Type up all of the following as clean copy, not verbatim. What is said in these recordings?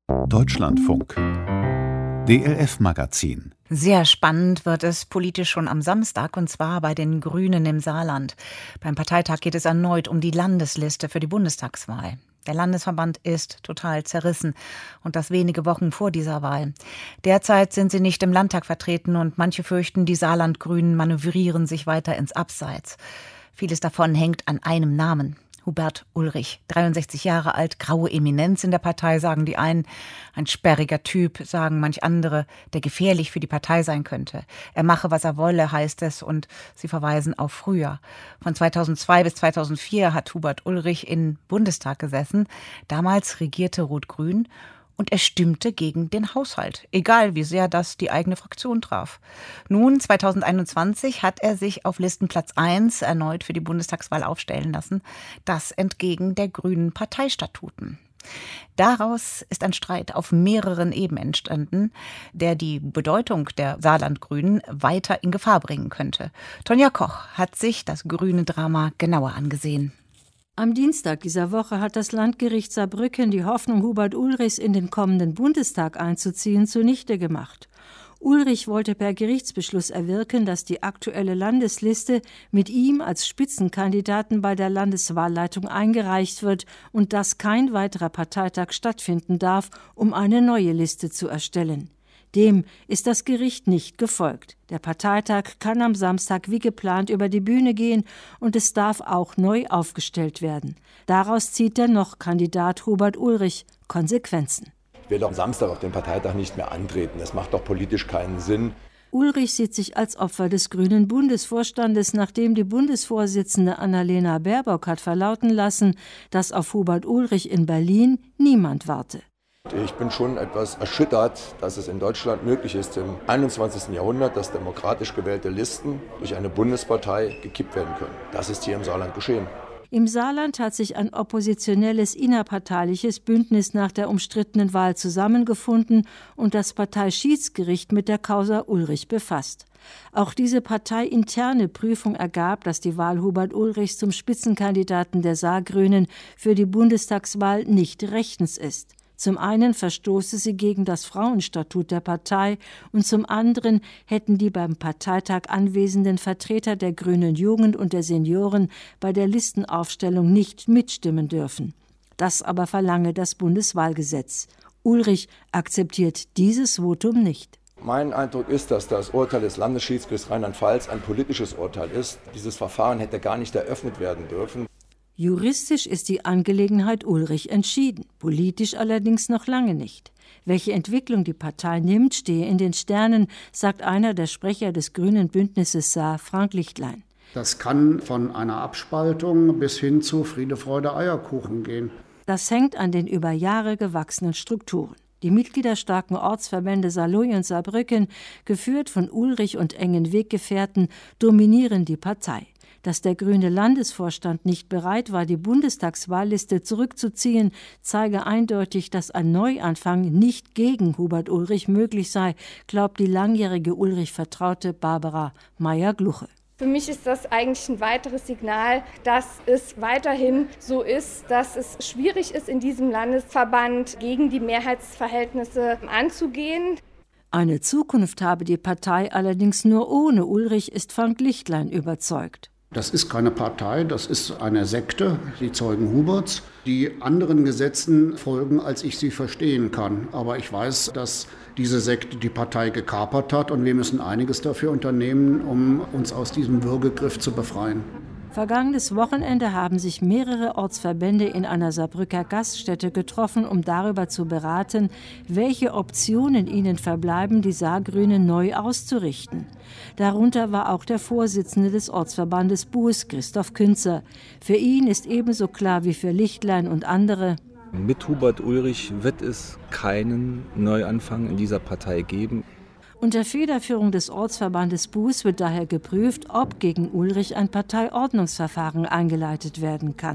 Deutschlandfunk. DLF-Magazin. Sehr spannend wird es politisch schon am Samstag, und zwar bei den Grünen im Saarland. Beim Parteitag geht es erneut um die Landesliste für die Bundestagswahl. Der Landesverband ist total zerrissen, und das wenige Wochen vor dieser Wahl. Derzeit sind sie nicht im Landtag vertreten und manche fürchten, die Saarland-Grünen manövrieren sich weiter ins Abseits. Vieles davon hängt an einem Namen: Hubert Ulrich, 63 Jahre alt, graue Eminenz in der Partei, sagen die einen. Ein sperriger Typ, sagen manch andere, der gefährlich für die Partei sein könnte. Er mache, was er wolle, heißt es, und sie verweisen auf früher. Von 2002 bis 2004 hat Hubert Ulrich im Bundestag gesessen. Damals regierte Rot-Grün. Und er stimmte gegen den Haushalt, egal wie sehr das die eigene Fraktion traf. Nun, 2021, hat er sich auf Listenplatz 1 erneut für die Bundestagswahl aufstellen lassen. Das entgegen der grünen Parteistatuten. Daraus ist ein Streit auf mehreren Ebenen entstanden, der die Bedeutung der Saarland-Grünen weiter in Gefahr bringen könnte. Tonja Koch hat sich das grüne Drama genauer angesehen. Am Dienstag dieser Woche hat das Landgericht Saarbrücken die Hoffnung Hubert Ulrichs in den kommenden Bundestag einzuziehen zunichte gemacht. Ulrich wollte per Gerichtsbeschluss erwirken, dass die aktuelle Landesliste mit ihm als Spitzenkandidaten bei der Landeswahlleitung eingereicht wird und dass kein weiterer Parteitag stattfinden darf, um eine neue Liste zu erstellen. Dem ist das Gericht nicht gefolgt. Der Parteitag kann am Samstag wie geplant über die Bühne gehen und es darf auch neu aufgestellt werden. Daraus zieht der Noch-Kandidat Hubert Ulrich Konsequenzen. Ich will doch am Samstag auf den Parteitag nicht mehr antreten. Das macht doch politisch keinen Sinn. Ulrich sieht sich als Opfer des Grünen Bundesvorstandes, nachdem die Bundesvorsitzende Annalena Baerbock hat verlauten lassen, dass auf Hubert Ulrich in Berlin niemand warte. Ich bin schon etwas erschüttert, dass es in Deutschland möglich ist, im 21. Jahrhundert, dass demokratisch gewählte Listen durch eine Bundespartei gekippt werden können. Das ist hier im Saarland geschehen. Im Saarland hat sich ein oppositionelles innerparteiliches Bündnis nach der umstrittenen Wahl zusammengefunden und das Parteischiedsgericht mit der Causa Ulrich befasst. Auch diese parteiinterne Prüfung ergab, dass die Wahl Hubert Ulrichs zum Spitzenkandidaten der Saargrünen für die Bundestagswahl nicht rechtens ist. Zum einen verstoße sie gegen das Frauenstatut der Partei und zum anderen hätten die beim Parteitag anwesenden Vertreter der grünen Jugend und der Senioren bei der Listenaufstellung nicht mitstimmen dürfen. Das aber verlange das Bundeswahlgesetz. Ulrich akzeptiert dieses Votum nicht. Mein Eindruck ist, dass das Urteil des Landesschiedsgerichts Rheinland-Pfalz ein politisches Urteil ist. Dieses Verfahren hätte gar nicht eröffnet werden dürfen. Juristisch ist die Angelegenheit Ulrich entschieden, politisch allerdings noch lange nicht. Welche Entwicklung die Partei nimmt, stehe in den Sternen, sagt einer der Sprecher des Grünen Bündnisses Saar, Frank Lichtlein. Das kann von einer Abspaltung bis hin zu Friede, Freude, Eierkuchen gehen. Das hängt an den über Jahre gewachsenen Strukturen. Die mitgliederstarken Ortsverbände Saarlouis und Saarbrücken, geführt von Ulrich und engen Weggefährten, dominieren die Partei. Dass der grüne Landesvorstand nicht bereit war, die Bundestagswahlliste zurückzuziehen, zeige eindeutig, dass ein Neuanfang nicht gegen Hubert Ulrich möglich sei, glaubt die langjährige Ulrich-Vertraute Barbara Meyer-Gluche. Für mich ist das eigentlich ein weiteres Signal, dass es weiterhin so ist, dass es schwierig ist, in diesem Landesverband gegen die Mehrheitsverhältnisse anzugehen. Eine Zukunft habe die Partei allerdings nur ohne Ulrich, ist Frank Lichtlein überzeugt. Das ist keine Partei, das ist eine Sekte, die Zeugen Huberts, die anderen Gesetzen folgen, als ich sie verstehen kann. Aber ich weiß, dass diese Sekte die Partei gekapert hat und wir müssen einiges dafür unternehmen, um uns aus diesem Würgegriff zu befreien. Vergangenes Wochenende haben sich mehrere Ortsverbände in einer Saarbrücker Gaststätte getroffen, um darüber zu beraten, welche Optionen ihnen verbleiben, die Saargrünen neu auszurichten. Darunter war auch der Vorsitzende des Ortsverbandes Buß, Christoph Künzer. Für ihn ist ebenso klar wie für Lichtlein und andere: Mit Hubert Ulrich wird es keinen Neuanfang in dieser Partei geben. Unter Federführung des Ortsverbandes Buß wird daher geprüft, ob gegen Ulrich ein Parteiordnungsverfahren eingeleitet werden kann.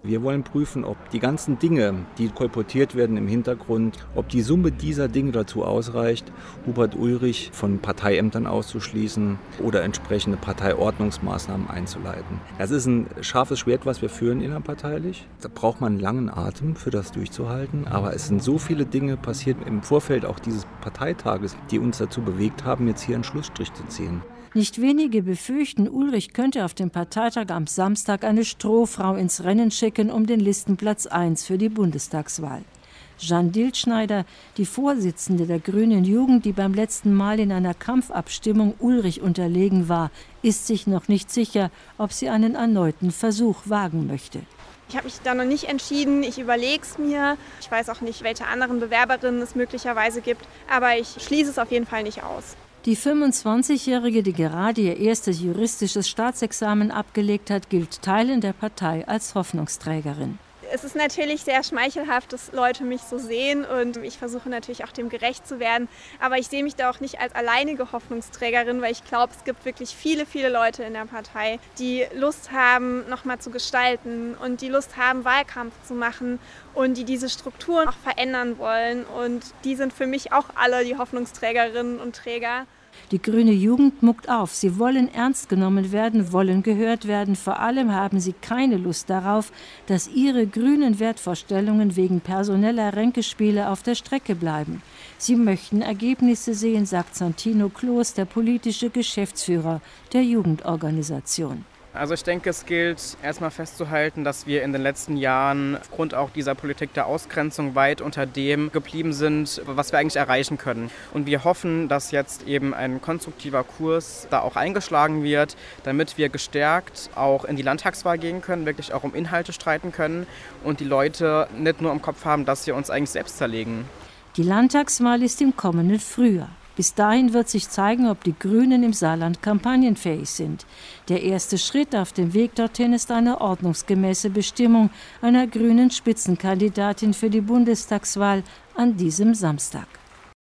Wir wollen prüfen, ob die ganzen Dinge, die kolportiert werden im Hintergrund, ob die Summe dieser Dinge dazu ausreicht, Hubert Ulrich von Parteiämtern auszuschließen oder entsprechende Parteiordnungsmaßnahmen einzuleiten. Das ist ein scharfes Schwert, was wir führen innerparteilich. Da braucht man einen langen Atem, für das durchzuhalten. Aber es sind so viele Dinge passiert im Vorfeld auch dieses Parteitages, die uns dazu bewegt haben, jetzt hier einen Schlussstrich zu ziehen. Nicht wenige befürchten, Ulrich könnte auf dem Parteitag am Samstag eine Strohfrau ins Rennen schicken um den Listenplatz 1 für die Bundestagswahl. Jeanne Diltschneider, die Vorsitzende der Grünen Jugend, die beim letzten Mal in einer Kampfabstimmung Ulrich unterlegen war, ist sich noch nicht sicher, ob sie einen erneuten Versuch wagen möchte. Ich habe mich da noch nicht entschieden, ich überlege es mir. Ich weiß auch nicht, welche anderen Bewerberinnen es möglicherweise gibt, aber ich schließe es auf jeden Fall nicht aus. Die 25-Jährige, die gerade ihr erstes juristisches Staatsexamen abgelegt hat, gilt Teilen der Partei als Hoffnungsträgerin. Es ist natürlich sehr schmeichelhaft, dass Leute mich so sehen und ich versuche natürlich auch dem gerecht zu werden. Aber ich sehe mich da auch nicht als alleinige Hoffnungsträgerin, weil ich glaube, es gibt wirklich viele, viele Leute in der Partei, die Lust haben, nochmal zu gestalten und die Lust haben, Wahlkampf zu machen und die diese Strukturen auch verändern wollen. Und die sind für mich auch alle die Hoffnungsträgerinnen und Träger. Die grüne Jugend muckt auf. Sie wollen ernst genommen werden, wollen gehört werden. Vor allem haben sie keine Lust darauf, dass ihre grünen Wertvorstellungen wegen personeller Ränkespiele auf der Strecke bleiben. Sie möchten Ergebnisse sehen, sagt Santino Kloß, der politische Geschäftsführer der Jugendorganisation. Also ich denke, es gilt erstmal festzuhalten, dass wir in den letzten Jahren aufgrund auch dieser Politik der Ausgrenzung weit unter dem geblieben sind, was wir eigentlich erreichen können. Und wir hoffen, dass jetzt eben ein konstruktiver Kurs da auch eingeschlagen wird, damit wir gestärkt auch in die Landtagswahl gehen können, wirklich auch um Inhalte streiten können und die Leute nicht nur im Kopf haben, dass wir uns eigentlich selbst zerlegen. Die Landtagswahl ist im kommenden Frühjahr. Bis dahin wird sich zeigen, ob die Grünen im Saarland kampagnenfähig sind. Der erste Schritt auf dem Weg dorthin ist eine ordnungsgemäße Bestimmung einer grünen Spitzenkandidatin für die Bundestagswahl an diesem Samstag.